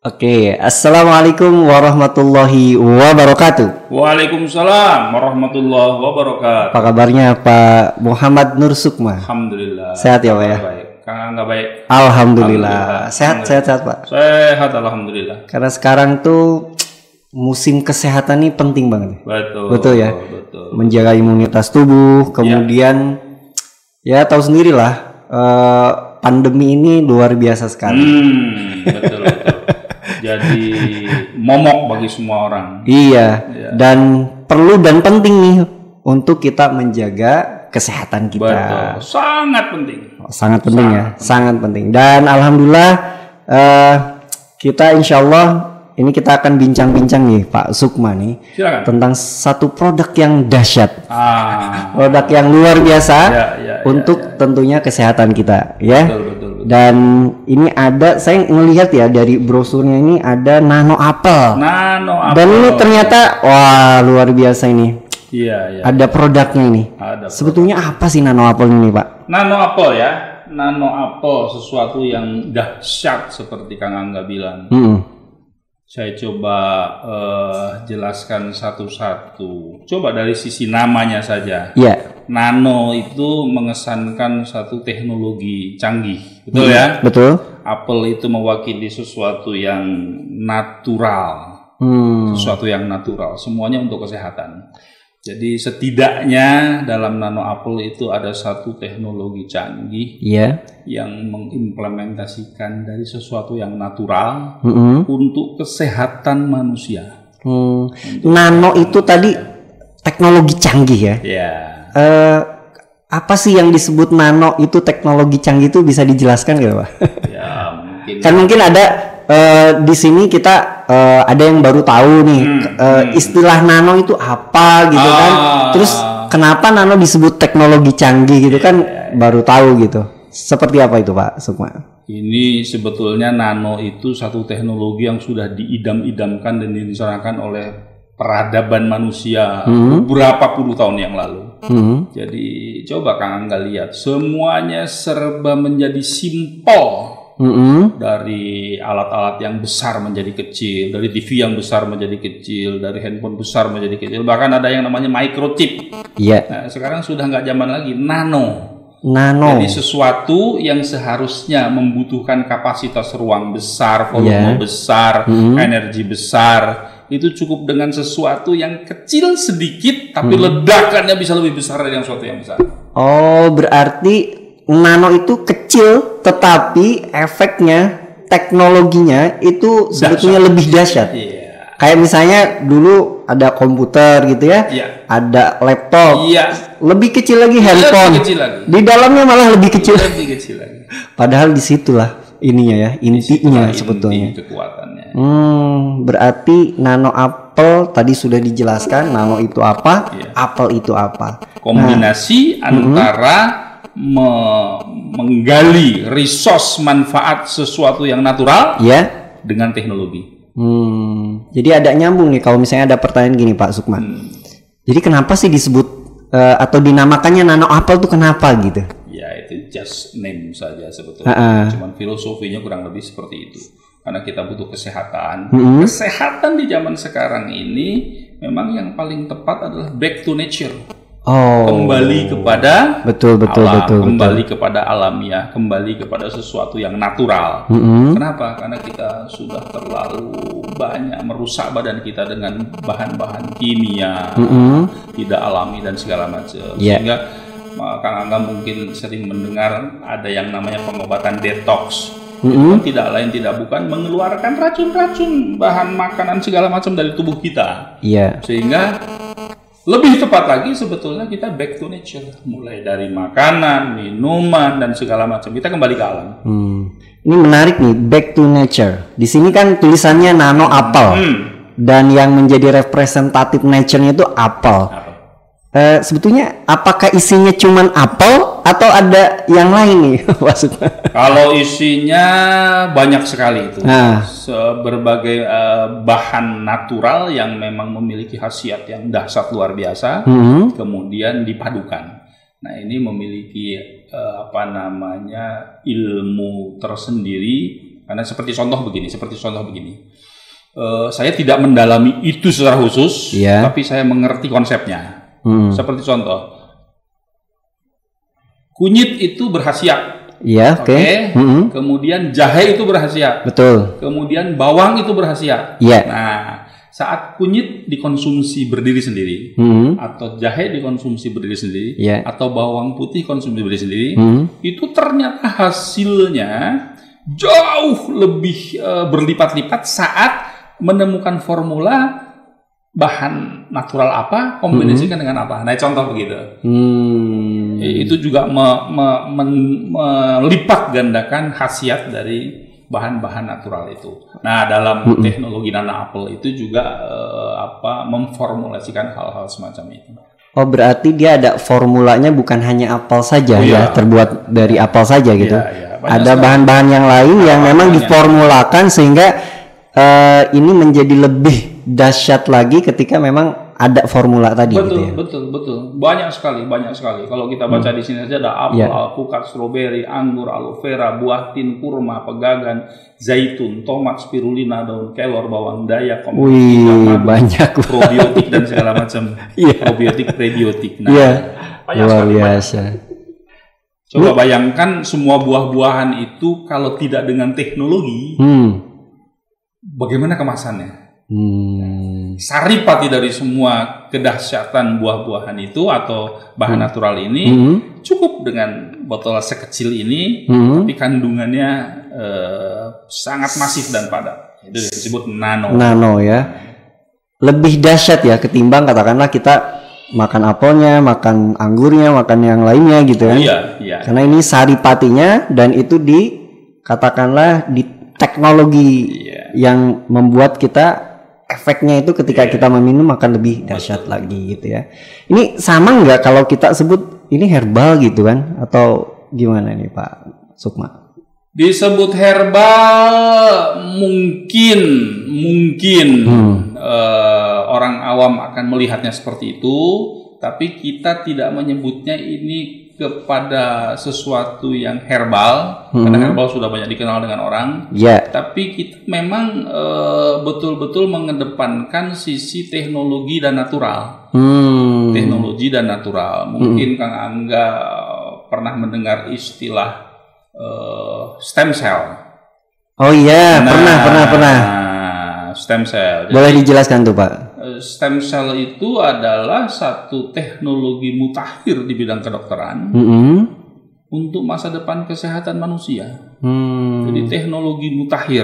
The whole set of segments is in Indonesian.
Oke, Assalamualaikum warahmatullahi wabarakatuh. Waalaikumsalam warahmatullahi wabarakatuh. Apa kabarnya Pak Muhammad Nur Sukma? Alhamdulillah. Sehat ya Pak ya? Baik. Kang nggak baik? Alhamdulillah. Sehat Pak. Sehat alhamdulillah. Karena sekarang tuh musim kesehatan ini penting banget. Betul ya. Betul. Menjaga imunitas tubuh, kemudian ya tahu sendirilah pandemi ini luar biasa sekali. Betul. Jadi momok bagi semua orang. Iya. Dan perlu dan penting nih untuk kita menjaga kesehatan kita. Betul. Sangat penting. Sangat penting ya, sangat penting. Dan alhamdulillah kita insya Allah ini kita akan bincang-bincang nih Pak Sukma nih. Silakan. Tentang satu produk yang dahsyat, produk yang luar biasa untuk tentunya kesehatan kita ya. Betul. Dan ini ada, saya ngelihat ya dari brosurnya ini ada nano apel. Dan ini ternyata wah luar biasa ini. Iya. Ada produknya ini. Sebetulnya apa sih nano apel ini Pak? Nano apel ya. Nano apel sesuatu yang dahsyat seperti Kang Angga bilang. Saya coba jelaskan satu-satu. Coba dari sisi namanya saja. Iya. Nano itu mengesankan satu teknologi canggih, betul ya? Betul. Apel itu mewakili sesuatu yang natural, sesuatu yang natural. Semuanya untuk kesehatan. Jadi setidaknya dalam nano apel itu ada satu teknologi canggih yang mengimplementasikan dari sesuatu yang natural untuk kesehatan manusia. Nano itu tadi teknologi canggih ya? Ya. Apa sih yang disebut nano itu teknologi canggih itu bisa dijelaskan gitu Pak? Ya mungkin. Kan mungkin ada di sini kita ada yang baru tahu nih istilah nano itu apa gitu kan? Terus kenapa nano disebut teknologi canggih gitu kan? Baru tahu gitu. Seperti apa itu Pak Sukma? Ini sebetulnya nano itu satu teknologi yang sudah diidam-idamkan dan direncanakan oleh peradaban manusia beberapa puluh tahun yang lalu. Jadi coba Kang Angga lihat, semuanya serba menjadi simpel. Dari alat-alat yang besar menjadi kecil, dari TV yang besar menjadi kecil, dari handphone besar menjadi kecil, bahkan ada yang namanya microchip. Iya. Nah, sekarang sudah nggak zaman lagi, nano. Jadi sesuatu yang seharusnya membutuhkan kapasitas ruang besar, volume besar, energi besar, itu cukup dengan sesuatu yang kecil sedikit, tapi ledakannya bisa lebih besar dari yang sesuatu yang besar. Oh, berarti nano itu kecil, tetapi efeknya, teknologinya itu sebetulnya lebih dahsyat. Kayak misalnya dulu ada komputer gitu ya, ada laptop, lebih kecil lagi handphone, di dalamnya malah lebih kecil lagi. Padahal disitulah ininya ya, intinya sebetulnya. Inti kekuatannya. Berarti nano apel tadi sudah dijelaskan, nano itu apa, apel itu apa. Kombinasi antara menggali resource manfaat sesuatu yang natural dengan teknologi. Jadi ada nyambung nih kalau misalnya ada pertanyaan gini Pak Sukma. Jadi kenapa sih disebut atau dinamakannya nano apel tuh kenapa gitu? Ya itu just name saja sebetulnya. Cuman filosofinya kurang lebih seperti itu. Karena kita butuh kesehatan. Kesehatan di zaman sekarang ini memang yang paling tepat adalah back to nature. Kembali kepada kembali kepada alamiah, kembali kepada sesuatu yang natural. Kenapa? Karena kita sudah terlalu banyak merusak badan kita dengan bahan-bahan kimia, tidak alami dan segala macam. Sehingga Kang Angga mungkin sering mendengar ada yang namanya pengobatan detox. Itu tidak lain tidak bukan mengeluarkan racun-racun bahan makanan segala macam dari tubuh kita. Sehingga lebih tepat lagi sebetulnya kita back to nature, mulai dari makanan, minuman dan segala macam kita kembali ke alam. Ini menarik nih, back to nature. Di sini kan tulisannya nano apel dan yang menjadi representatif nature-nya itu apel. Sebetulnya apakah isinya cuman apel atau ada yang lain nih maksudnya? Kalau isinya banyak sekali itu, berbagai bahan natural yang memang memiliki khasiat yang dahsyat luar biasa, kemudian dipadukan. Nah ini memiliki ilmu tersendiri Karena seperti contoh begini. Saya tidak mendalami itu secara khusus, tapi saya mengerti konsepnya. Seperti contoh, kunyit itu berkhasiat. Iya, oke. Kemudian jahe itu berkhasiat. Betul. Kemudian bawang itu berkhasiat. Iya. Nah, saat kunyit dikonsumsi berdiri sendiri, atau jahe dikonsumsi berdiri sendiri, atau bawang putih konsumsi berdiri sendiri, itu ternyata hasilnya jauh lebih berlipat-lipat saat menemukan formula bahan natural apa kombinasikan dengan apa. Nah, contoh begitu. Itu juga melipat gandakan khasiat dari bahan-bahan natural itu. Nah, dalam teknologi nano apel itu juga memformulasikan hal-hal semacam itu. Oh, berarti dia ada formulanya, bukan hanya apel saja terbuat dari apel saja gitu. Ada bahan-bahan yang lain yang memang diformulakan sehingga ini menjadi lebih dahsyat lagi ketika memang ada formula tadi. Betul. Banyak sekali. Kalau kita baca di sini saja ada apel, alpukat, stroberi, anggur, aloe vera, buah tin, kurma, pegagan, zaitun, tomat, spirulina, daun kelor, bawang dayak, banyak, probiotik dan segala macam. Probiotik, prebiotik. Nah, luar biasa. Coba bayangkan semua buah-buahan itu kalau tidak dengan teknologi, bagaimana kemasannya? Saripati dari semua kedahsyatan buah-buahan itu atau bahan natural ini cukup dengan botol sekecil ini, tapi kandungannya sangat masif dan padat. Itu disebut nano. Nano ya, lebih dahsyat ya ketimbang katakanlah kita makan apelnya, makan anggurnya, makan yang lainnya gitu kan? Iya. Karena ini saripatinya dan itu katakanlah di teknologi yang membuat kita efeknya itu ketika kita meminum akan lebih dahsyat lagi gitu ya. Ini sama nggak kalau kita sebut ini herbal gitu kan? Atau gimana nih Pak Sukma? Disebut herbal mungkin orang awam akan melihatnya seperti itu, tapi kita tidak menyebutnya ini kepada sesuatu yang herbal, karena herbal sudah banyak dikenal dengan orang. Tapi kita memang betul-betul mengedepankan sisi teknologi dan natural. Teknologi dan natural. Mungkin Kang Angga pernah mendengar istilah stem cell. Oh iya, pernah. Stem cell. Boleh dijelaskan tuh Pak? Stem cell itu adalah satu teknologi mutakhir di bidang kedokteran untuk masa depan kesehatan manusia. Jadi teknologi mutakhir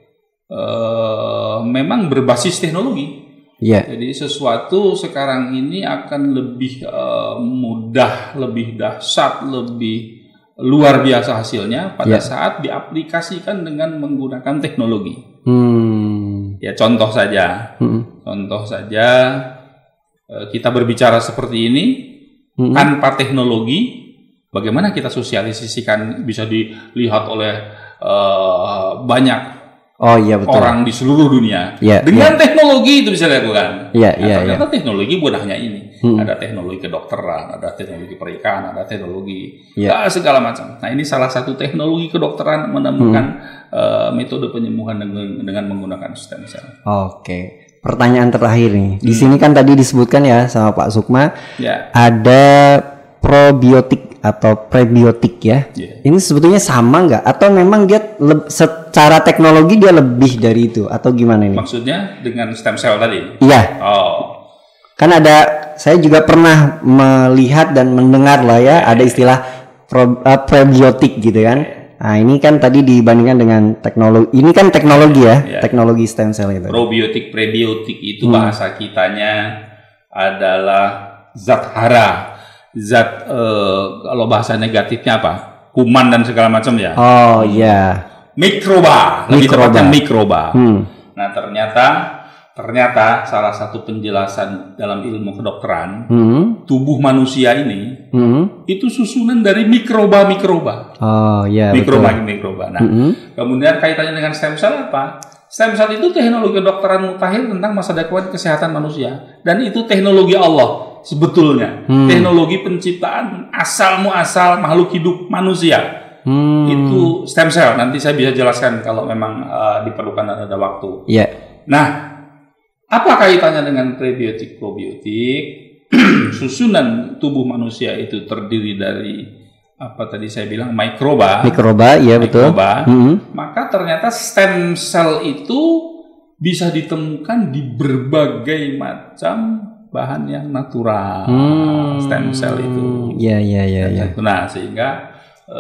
memang berbasis teknologi. Jadi sesuatu sekarang ini akan lebih mudah, lebih dahsyat, lebih luar biasa hasilnya pada saat diaplikasikan dengan menggunakan teknologi. Ya contoh saja, kita berbicara seperti ini tanpa teknologi, bagaimana kita sosialisasikan bisa dilihat oleh banyak orang di seluruh dunia. Dengan teknologi itu bisa dilakukan. Ternyata teknologi bukan hanya ini, ada teknologi kedokteran, ada teknologi perikanan, ada teknologi segala macam. Nah ini salah satu teknologi kedokteran menemukan metode penyembuhan dengan menggunakan stem cell. Oke. Pertanyaan terakhir nih. Di sini kan tadi disebutkan ya sama Pak Sukma, ada probiotik atau prebiotik ya. Ini sebetulnya sama nggak? Atau memang dia secara teknologi dia lebih dari itu? Atau gimana ini? Maksudnya dengan stem cell tadi? Iya. Kan saya juga pernah melihat dan mendengar lah ya, ada istilah prebiotik gitu kan. Nah ini kan tadi dibandingkan dengan teknologi, ini kan teknologi teknologi stem cell itu. Probiotik, prebiotik itu bahasa kitanya adalah zat hara, zat kalau bahasa negatifnya apa? Kuman dan segala macam ya. Mikroba, lebih tepatnya mikroba. Nah ternyata salah satu penjelasan dalam ilmu kedokteran, tubuh manusia ini itu susunan dari mikroba. Mikroba. Nah, kemudian kaitannya dengan stem cell apa? Stem cell itu teknologi kedokteran mutakhir tentang masa depan kesehatan manusia, dan itu teknologi Allah sebetulnya. Teknologi penciptaan asal muasal makhluk hidup manusia. Itu stem cell. Nanti saya bisa jelaskan kalau memang diperlukan ada waktu. Yeah. Nah, apa kaitannya dengan prebiotik probiotik? Susunan tubuh manusia itu terdiri dari apa tadi saya bilang mikroba, ya betul. Maka ternyata stem cell itu bisa ditemukan di berbagai macam bahan yang natural. Stem cell itu. Ya. Nah, sehingga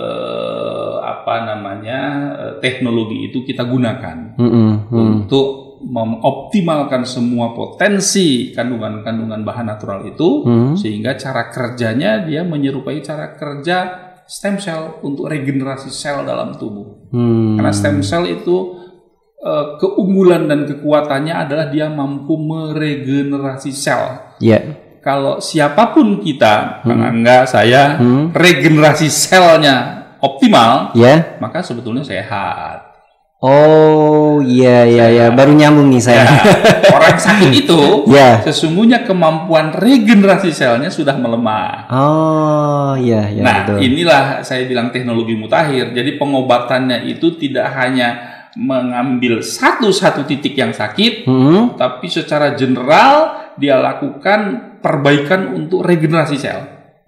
teknologi itu kita gunakan untuk mengoptimalkan semua potensi kandungan-kandungan bahan natural itu, sehingga cara kerjanya dia menyerupai cara kerja stem cell untuk regenerasi sel dalam tubuh. Karena stem cell itu keunggulan dan kekuatannya adalah dia mampu meregenerasi sel. Kalau siapapun kita, Kang Angga, saya, regenerasi selnya optimal, maka sebetulnya sehat. Oh iya, baru nyambung nih saya. Orang sakit itu sesungguhnya kemampuan regenerasi selnya sudah melemah. Nah, betul. Inilah saya bilang teknologi mutakhir. Jadi pengobatannya itu tidak hanya mengambil satu titik yang sakit, tapi secara general dia lakukan perbaikan untuk regenerasi sel.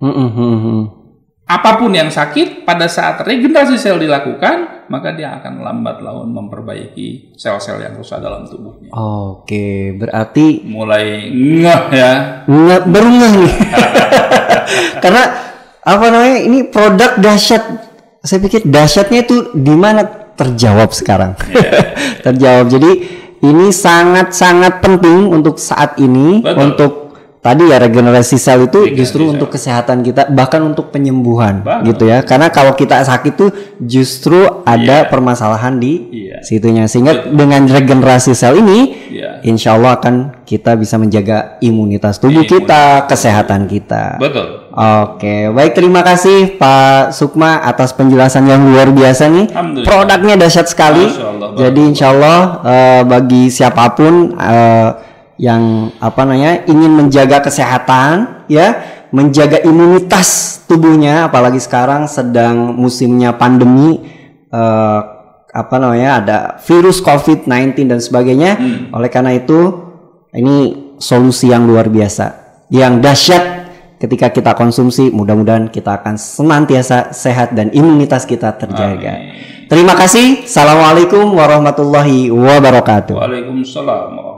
Apapun yang sakit, pada saat regenerasi sel dilakukan, maka dia akan lambat laun memperbaiki sel-sel yang rusak dalam tubuhnya. Oke, berarti mulai ngeh ya. Baru ngeh nih. Karena ini produk dahsyat. Saya pikir dahsyatnya itu di mana terjawab sekarang. Terjawab. Jadi ini sangat-sangat penting untuk saat ini. Betul. Untuk tadi ya regenerasi sel itu justru untuk kesehatan kita, bahkan untuk penyembuhan. Gitu ya. Karena kalau kita sakit tuh justru ada permasalahan di situnya. Sehingga dengan regenerasi sel ini insya Allah akan kita bisa menjaga imunitas tubuh kita, kesehatan kita. Betul. Oke, baik, terima kasih Pak Sukma atas penjelasan yang luar biasa nih. Produknya dahsyat sekali. Jadi insya Allah bagi siapapun yang ingin menjaga kesehatan, menjaga imunitas tubuhnya, apalagi sekarang sedang musimnya pandemi, ada virus COVID-19 dan sebagainya. Oleh karena itu, ini solusi yang luar biasa, yang dahsyat. Ketika kita konsumsi, mudah-mudahan kita akan senantiasa sehat dan imunitas kita terjaga. Terima kasih. Assalamualaikum warahmatullahi wabarakatuh. Waalaikumsalam.